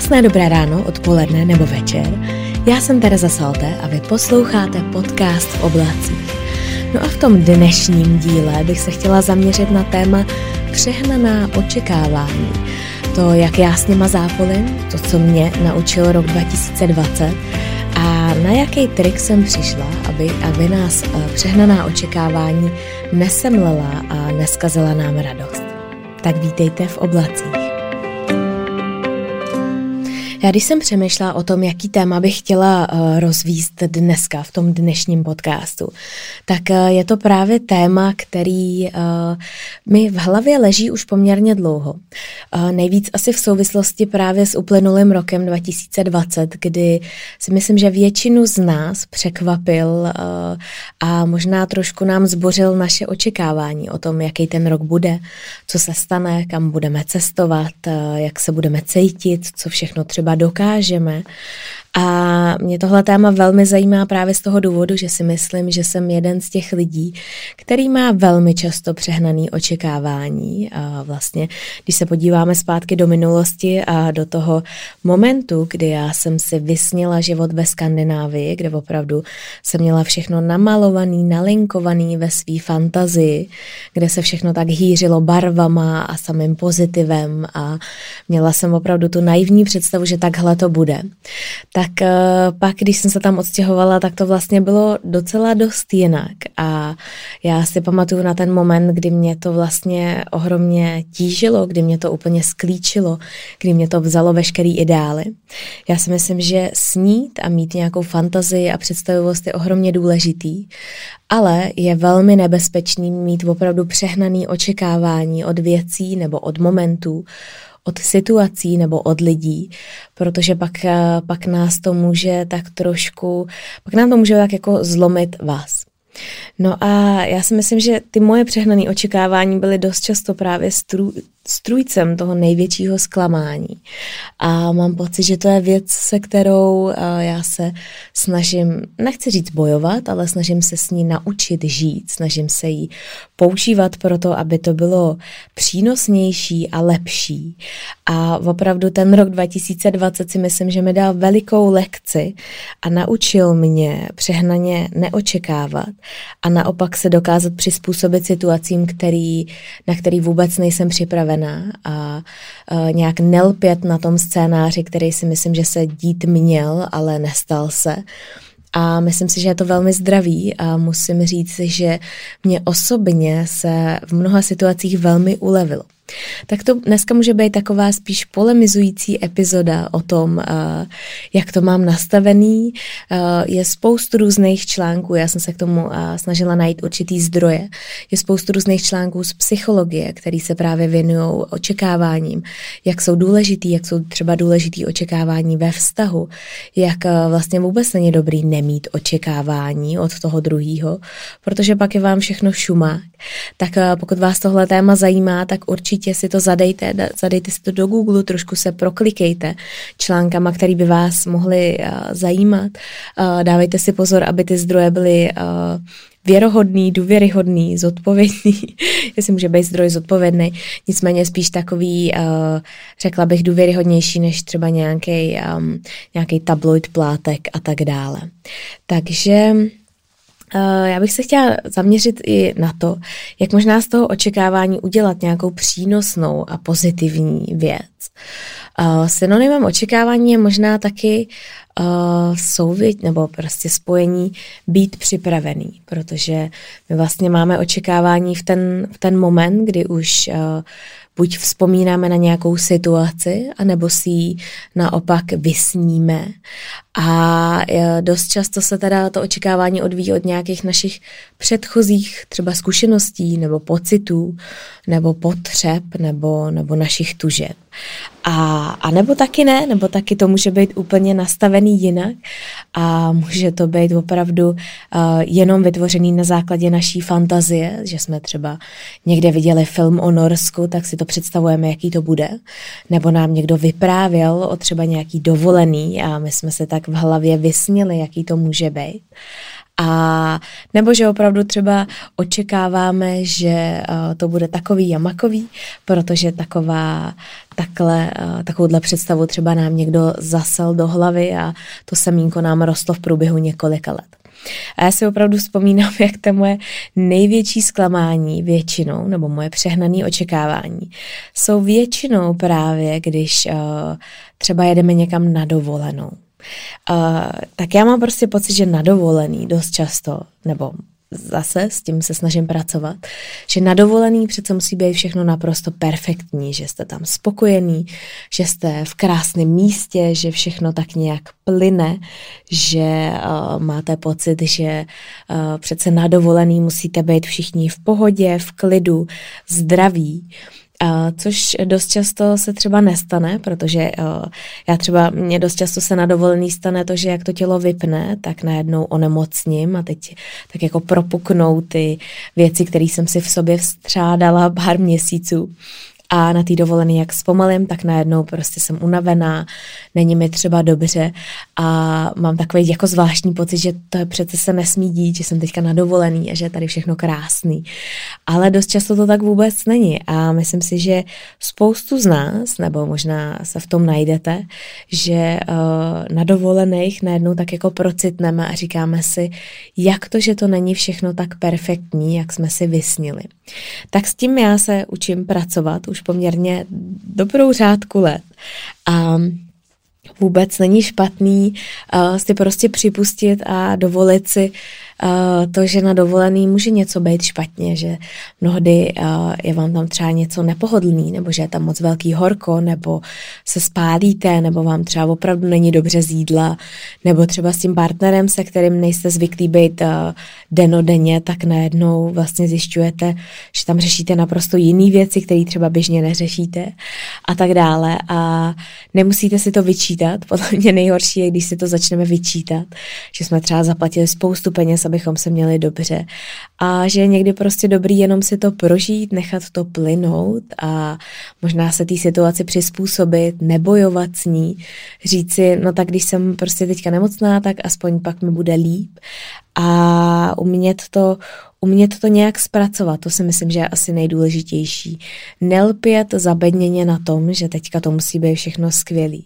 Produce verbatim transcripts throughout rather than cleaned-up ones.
Krásné dobré ráno, odpoledne nebo večer. Já jsem Tereza Salte a vy posloucháte podcast V oblacích. No a v tom dnešním díle bych se chtěla zaměřit na téma přehnaná očekávání. To, jak já s nima zápolim, to, co mě naučil rok dva tisíce dvacet a na jaký trik jsem přišla, aby, aby nás přehnaná očekávání nesemlela a neskazila nám radost. Tak vítejte v oblacích. Já když jsem přemýšlela o tom, jaký téma bych chtěla uh, rozvíst dneska v tom dnešním podcastu, tak uh, je to právě téma, který uh, mi v hlavě leží už poměrně dlouho. Uh, nejvíc asi v souvislosti právě s uplynulým rokem dva tisíce dvacet, kdy si myslím, že většinu z nás překvapil uh, a možná trošku nám zbořil naše očekávání o tom, jaký ten rok bude, co se stane, kam budeme cestovat, uh, jak se budeme cítit, co všechno třeba dokážeme. A mě tohle téma velmi zajímá právě z toho důvodu, že si myslím, že jsem jeden z těch lidí, který má velmi často přehnaný očekávání. A vlastně, když se podíváme zpátky do minulosti a do toho momentu, kdy já jsem si vysnila život ve Skandinávii, kde opravdu jsem měla všechno namalovaný, nalinkovaný ve své fantazii, kde se všechno tak hýřilo barvama a samým pozitivem a měla jsem opravdu tu naivní představu, že takhle to bude. Tak pak, když jsem se tam odstěhovala, tak to vlastně bylo docela dost jinak a já si pamatuju na ten moment, kdy mě to vlastně ohromně tížilo, kdy mě to úplně sklíčilo, kdy mě to vzalo veškerý ideály. Já si myslím, že snít a mít nějakou fantazii a představivost je ohromně důležitý, ale je velmi nebezpečný mít opravdu přehnaný očekávání od věcí nebo od momentů, od situací nebo od lidí, protože pak, pak nás to může tak trošku, pak nám to může tak jako zlomit vás. No a já si myslím, že ty moje přehnané očekávání byly dost často právě strů, strůjcem toho největšího zklamání. A mám pocit, že to je věc, se kterou já se snažím, nechci říct bojovat, ale snažím se s ní naučit žít, snažím se jí používat pro to, aby to bylo přínosnější a lepší. A opravdu ten rok dva tisíce dvacet si myslím, že mi dal velikou lekci a naučil mě přehnaně neočekávat a naopak se dokázat přizpůsobit situacím, který, na který vůbec nejsem připravená a, a nějak nelpět na tom scénáři, který si myslím, že se dít měl, ale nestal se. A myslím si, že je to velmi zdravý a musím říct, že mě osobně se v mnoha situacích velmi ulevilo. Tak to dneska může být taková spíš polemizující epizoda o tom, jak to mám nastavený. Je spoustu různých článků, já jsem se k tomu snažila najít určitý zdroje. Je spoustu různých článků z psychologie, který se právě věnují očekáváním, jak jsou důležitý, jak jsou třeba důležitý očekávání ve vztahu, jak vlastně vůbec není dobrý nemít očekávání od toho druhýho, protože pak je vám všechno šumák. Tak pokud vás tohle téma zajímá, tak určitě si to zadejte, zadejte si to do Google, trošku se proklikejte článkama, který by vás mohly uh, zajímat. Uh, dávejte si pozor, aby ty zdroje byly uh, věrohodný, důvěryhodný, zodpovědný, jestli může být zdroj zodpovědný, nicméně spíš takový, uh, řekla bych, důvěryhodnější než třeba nějaký um, nějaký tabloid plátek a tak dále. Takže Uh, já bych se chtěla zaměřit i na to, jak možná z toho očekávání udělat nějakou přínosnou a pozitivní věc. Uh, synonymem očekávání je možná taky uh, souvět nebo prostě spojení být připravený, protože my vlastně máme očekávání v ten, v ten moment, kdy už uh, buď vzpomínáme na nějakou situaci, anebo si ji naopak vysníme. A dost často se teda to očekávání odvíjí od nějakých našich předchozích třeba zkušeností nebo pocitů, nebo potřeb, nebo, nebo našich tužeb. A, a nebo taky ne, nebo taky to může být úplně nastavený jinak a může to být opravdu uh, jenom vytvořený na základě naší fantazie, že jsme třeba někde viděli film o Norsku, tak si to představujeme, jaký to bude, nebo nám někdo vyprávěl o třeba nějaký dovolený a my jsme se tak v hlavě vysnili, jaký to může být. A nebo že opravdu třeba očekáváme, že uh, to bude takový a makový, protože taková, takhle, uh, takovouhle představu třeba nám někdo zasel do hlavy a to semínko nám rostlo v průběhu několika let. A já si opravdu vzpomínám, jak to moje největší zklamání většinou, nebo moje přehnané očekávání, jsou většinou právě, když uh, třeba jedeme někam na dovolenou. Uh, tak já mám prostě pocit, že na dovolený dost často, nebo zase s tím se snažím pracovat, že na dovolený přece musí být všechno naprosto perfektní, že jste tam spokojený, že jste v krásném místě, že všechno tak nějak plyne, že uh, máte pocit, že uh, přece na dovolený musíte být všichni v pohodě, v klidu, zdraví. Uh, což dost často se třeba nestane, protože uh, já třeba, mně dost často se na dovolený stane to, že jak to tělo vypne, tak najednou onemocním a teď tak jako propuknou ty věci, které jsem si v sobě vstřádala pár měsíců. A na té dovolené, jak zpomalím, tak najednou prostě jsem unavená, není mi třeba dobře a mám takový jako zvláštní pocit, že to přece se nesmí dít, že jsem teďka na dovolený a že je tady všechno krásný. Ale dost často to tak vůbec není a myslím si, že spoustu z nás, nebo možná se v tom najdete, že uh, na dovolených najednou tak jako procitneme a říkáme si, jak to, že to není všechno tak perfektní, jak jsme si vysnili. Tak s tím já se učím pracovat už poměrně dobrou řádku let. A vůbec není špatný uh, si prostě připustit a dovolit si uh, to, že na dovolený může něco být špatně, že mnohdy uh, je vám tam třeba něco nepohodlný, nebo že je tam moc velký horko, nebo se spálíte, nebo vám třeba opravdu není dobře z jídla, nebo třeba s tím partnerem, se kterým nejste zvyklí být uh, denodenně, tak najednou vlastně zjišťujete, že tam řešíte naprosto jiný věci, které třeba běžně neřešíte a tak dále a nemusíte si to vyčítat. Podle mě nejhorší je, když si to začneme vyčítat, že jsme třeba zaplatili spoustu peněz, abychom se měli dobře a že je někdy prostě dobrý jenom si to prožít, nechat to plynout a možná se té situaci přizpůsobit, nebojovat s ní, říct si, no tak když jsem prostě teďka nemocná, tak aspoň pak mi bude líp a umět to Umět to nějak zpracovat, to si myslím, že je asi nejdůležitější. Nelpět zabedněně na tom, že teďka to musí být všechno skvělý.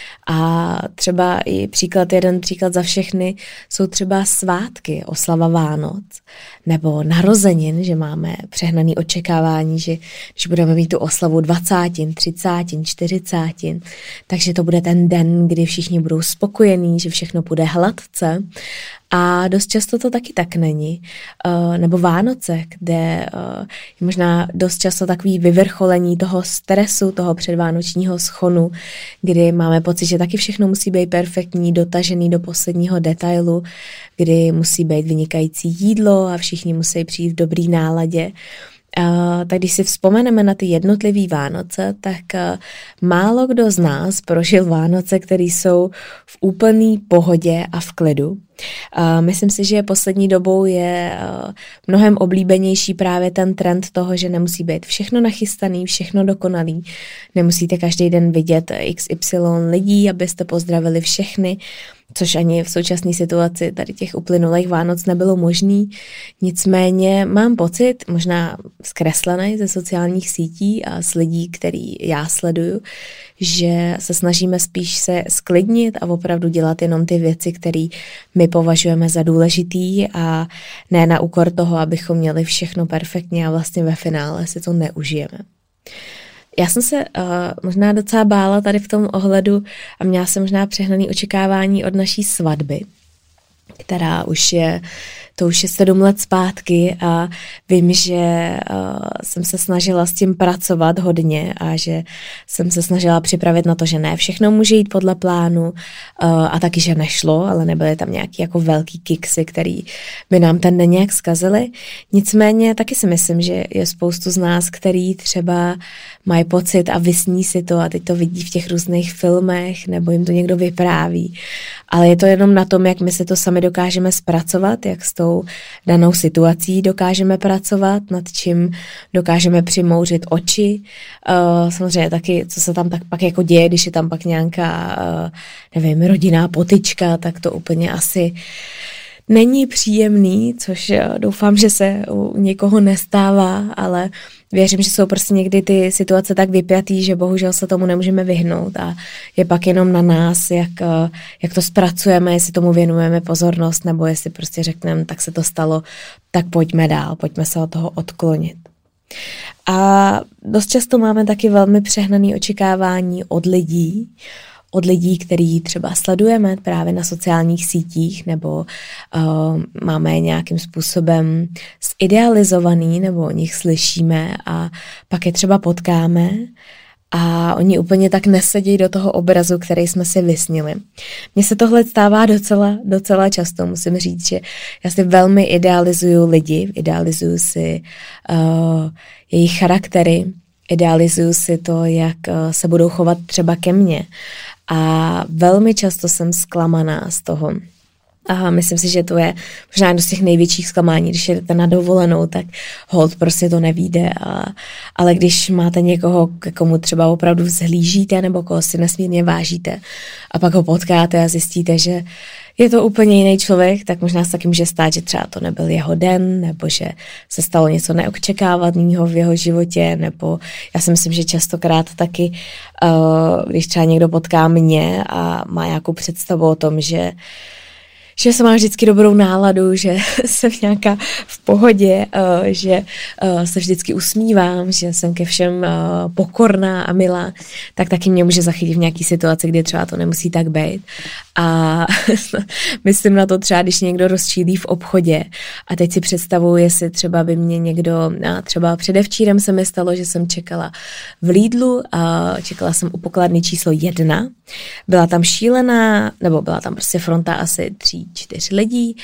A třeba i příklad, jeden příklad za všechny, jsou třeba svátky, oslava Vánoc, nebo narozenin, že máme přehnaný očekávání, že když budeme mít tu oslavu dvacátin, třicátin, čtyřicátin, takže to bude ten den, kdy všichni budou spokojení, že všechno půjde hladce. A dost často to taky tak není. Uh, nebo Vánoce, kde uh, je možná dost často takový vyvrcholení toho stresu, toho předvánočního schonu, kdy máme pocit, že taky všechno musí být perfektní, dotažený do posledního detailu, kdy musí být vynikající jídlo a všichni musí přijít v dobrý náladě. Uh, tak když si vzpomeneme na ty jednotlivý Vánoce, tak uh, málo kdo z nás prožil Vánoce, které jsou v úplné pohodě a v klidu. Uh, myslím si, že poslední dobou je uh, mnohem oblíbenější právě ten trend toho, že nemusí být všechno nachystaný, všechno dokonalý. Nemusíte každý den vidět iks ypsilon lidí, abyste pozdravili všechny, což ani v současné situaci tady těch uplynulých Vánoc nebylo možný. Nicméně mám pocit, možná zkreslený ze sociálních sítí a z lidí, který já sleduju, že se snažíme spíš se sklidnit a opravdu dělat jenom ty věci, které my považujeme za důležitý a ne na úkor toho, abychom měli všechno perfektně a vlastně ve finále si to neužijeme. Já jsem se uh, možná docela bála tady v tom ohledu a měla jsem možná přehnaný očekávání od naší svatby, která už je, to už je sedm let zpátky a vím, že uh, jsem se snažila s tím pracovat hodně a že jsem se snažila připravit na to, že ne všechno může jít podle plánu uh, a taky, že nešlo, ale nebyly tam nějaký jako velký kiksy, který by nám ten den nějak zkazily. Nicméně taky si myslím, že je spoustu z nás, který třeba mají pocit a vysní si to a teď to vidí v těch různých filmech nebo jim to někdo vypráví. Ale je to jenom na tom, jak my si to sami dokážeme zpracovat, jak s tou danou situací dokážeme pracovat, nad čím dokážeme přimouřit oči. Uh, samozřejmě taky, co se tam tak pak jako děje, když je tam pak nějaká, uh, nevím, rodinná potyčka, tak to úplně asi není příjemný, což doufám, že se u někoho nestává, ale věřím, že jsou prostě někdy ty situace tak vypjatý, že bohužel se tomu nemůžeme vyhnout a je pak jenom na nás, jak, jak to zpracujeme, jestli tomu věnujeme pozornost, nebo jestli prostě řekneme, tak se to stalo, tak pojďme dál, pojďme se od toho odklonit. A dost často máme taky velmi přehnané očekávání od lidí, od lidí, který třeba sledujeme právě na sociálních sítích, nebo uh, máme nějakým způsobem zidealizovaný, nebo o nich slyšíme a pak je třeba potkáme a oni úplně tak nesedí do toho obrazu, který jsme si vysnili. Mně se tohle stává docela, docela často, musím říct, že já si velmi idealizuju lidi, idealizuju si uh, jejich charaktery, idealizuju si to, jak uh, se budou chovat třeba ke mně. A velmi často jsem zklamaná z toho. A myslím si, že to je možná jedno z těch největších zklamání, když jdete na dovolenou, tak hold prostě to nevíde. A, ale když máte někoho, k komu třeba opravdu vzhlížíte nebo koho si nesmírně vážíte a pak ho potkáte a zjistíte, že je to úplně jiný člověk, tak možná se taky může stát, že třeba to nebyl jeho den, nebo že se stalo něco neočekávaného v jeho životě, nebo já si myslím, že častokrát taky, uh, když třeba někdo potká mě a má nějakou představu o tom, že že jsem mám vždycky dobrou náladu, že jsem nějaká v pohodě, uh, že uh, se vždycky usmívám, že jsem ke všem uh, pokorná a milá, tak taky mě může zachytit v nějaký situaci, kdy třeba to nemusí tak být. A myslím na to třeba, když někdo rozčílí v obchodě a teď si představuji, jestli třeba by mě někdo, třeba předevčírem se mi stalo, že jsem čekala v Lidlu a čekala jsem u pokladny číslo jedna. Byla tam šílená, nebo byla tam prostě fronta asi tří, čtyř lidí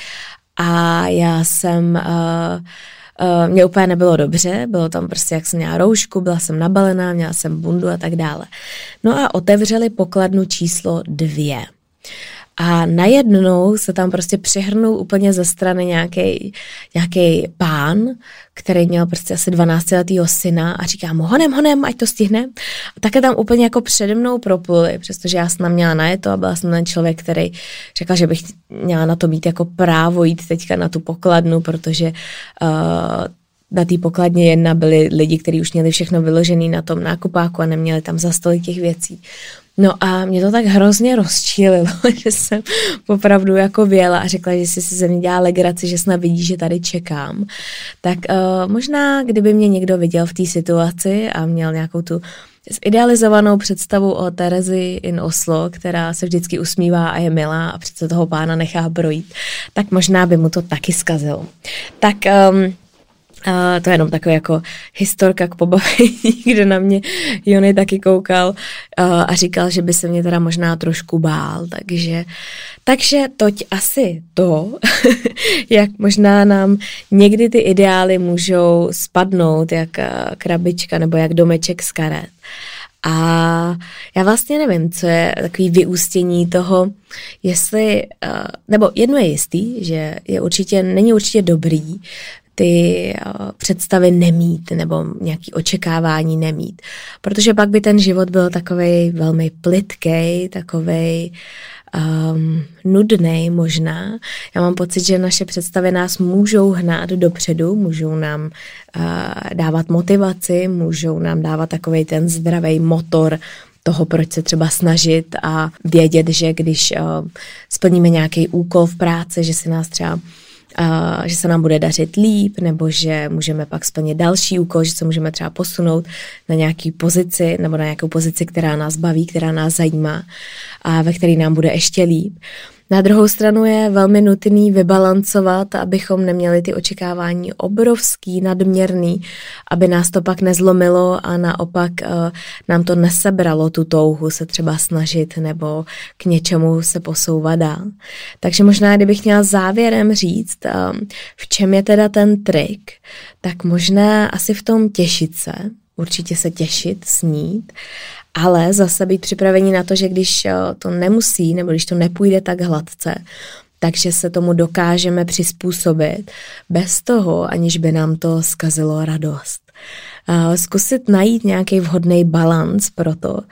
a já jsem... Uh, Uh, mě úplně nebylo dobře, bylo tam prostě, jak jsem měla roušku, byla jsem nabalená, měla jsem bundu a tak dále. No a otevřeli pokladnu číslo dvě. A najednou se tam prostě přihrnul úplně ze strany nějaký nějaký pán, který měl prostě asi dvanáctiletýho syna a říká mu honem, honem, ať to stihne. A také tam úplně jako přede mnou propluli, přestože já jsem tam měla najeto a byla jsem ten člověk, který řekl, že bych měla na to mít jako právo jít teďka na tu pokladnu, protože uh, na té pokladně jedna byli lidi, kteří už měli všechno vyložené na tom nákupáku a neměli tam za stolik těch věcí. No a mě to tak hrozně rozčílilo, že jsem opravdu jako věla a řekla, že si ze mě dělá legraci, že snad vidí, že tady čekám. Tak uh, možná, kdyby mě někdo viděl v té situaci a měl nějakou tu zidealizovanou představu o Terezi in Oslo, která se vždycky usmívá a je milá a přece toho pána nechá projít, tak možná by mu to taky zkazilo. Tak... Um, Uh, to je jenom takový jako historka k pobavení, kde na mě Jony taky koukal uh, a říkal, že by se mě teda možná trošku bál, takže, takže toť asi to, jak možná nám někdy ty ideály můžou spadnout, jak krabička nebo jak domeček z karet. A já vlastně nevím, co je takový vyústění toho, jestli, uh, nebo jedno je jistý, že je určitě, není určitě dobrý ty představy nemít nebo nějaké očekávání nemít. Protože pak by ten život byl takovej velmi plytkej, takovej um, nudnej možná. Já mám pocit, že naše představy nás můžou hnát dopředu, můžou nám uh, dávat motivaci, můžou nám dávat takovej ten zdravý motor toho, proč se třeba snažit a vědět, že když uh, splníme nějaký úkol v práci, že si nás třeba Uh, že se nám bude dařit líp, nebo že můžeme pak splnit další úkol, že se můžeme třeba posunout na nějaký pozici, nebo na nějakou pozici, která nás baví, která nás zajímá a ve které nám bude ještě líp. Na druhou stranu je velmi nutný vybalancovat, abychom neměli ty očekávání obrovský, nadměrný, aby nás to pak nezlomilo a naopak uh, nám to nesebralo tu touhu se třeba snažit nebo k něčemu se posouvat dál. Takže možná, kdybych měla závěrem říct, um, v čem je teda ten trik, tak možná asi v tom těšit se, určitě se těšit, snít, ale zase být připraveni na to, že když to nemusí, nebo když to nepůjde tak hladce, takže se tomu dokážeme přizpůsobit bez toho, aniž by nám to zkazilo radost. Zkusit najít nějaký vhodný balans pro to,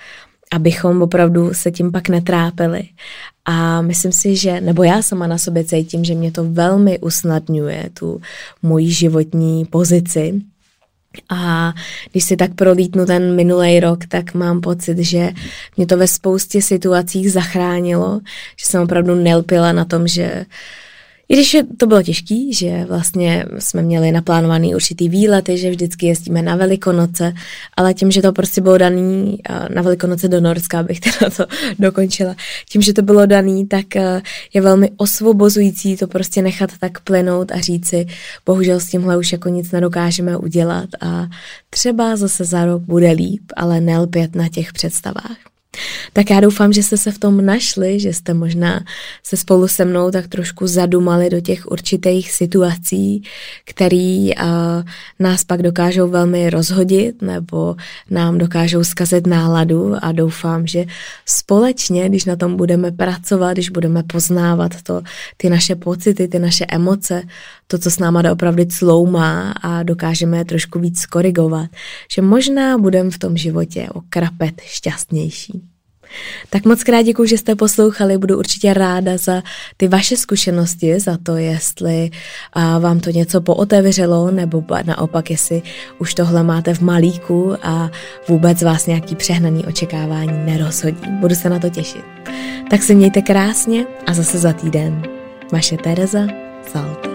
abychom opravdu se tím pak netrápili. A myslím si, že, nebo já sama na sobě cítím, že mě to velmi usnadňuje tu moji životní pozici. A když si tak prolítnu ten minulý rok, tak mám pocit, že mě to ve spoustě situacích zachránilo, že jsem opravdu nelpila na tom, že i když to bylo těžký, že vlastně jsme měli naplánovaný určitý výlety, že vždycky jezdíme na Velikonoce, ale tím, že to prostě bylo daný na Velikonoce do Norska, abych teda to dokončila, tím, že to bylo daný, tak je velmi osvobozující to prostě nechat tak plynout a říci, bohužel s tímhle už jako nic nedokážeme udělat a třeba zase za rok bude líp, ale nelpět na těch představách. Tak já doufám, že jste se v tom našli, že jste možná se spolu se mnou tak trošku zadumali do těch určitých situací, které uh, nás pak dokážou velmi rozhodit nebo nám dokážou zkazit náladu a doufám, že společně, když na tom budeme pracovat, když budeme poznávat to, ty naše pocity, ty naše emoce, to, co s náma doopravdy cloumá a dokážeme je trošku víc skorigovat, že možná budeme v tom životě o krapet šťastnější. Tak moc krát děkuju, že jste poslouchali, budu určitě ráda za ty vaše zkušenosti, za to, jestli vám to něco pootevřelo, nebo naopak, jestli už tohle máte v malíku a vůbec vás nějaký přehnaný očekávání nerozhodí. Budu se na to těšit. Tak se mějte krásně a zase za týden. Vaše Tereza Salt.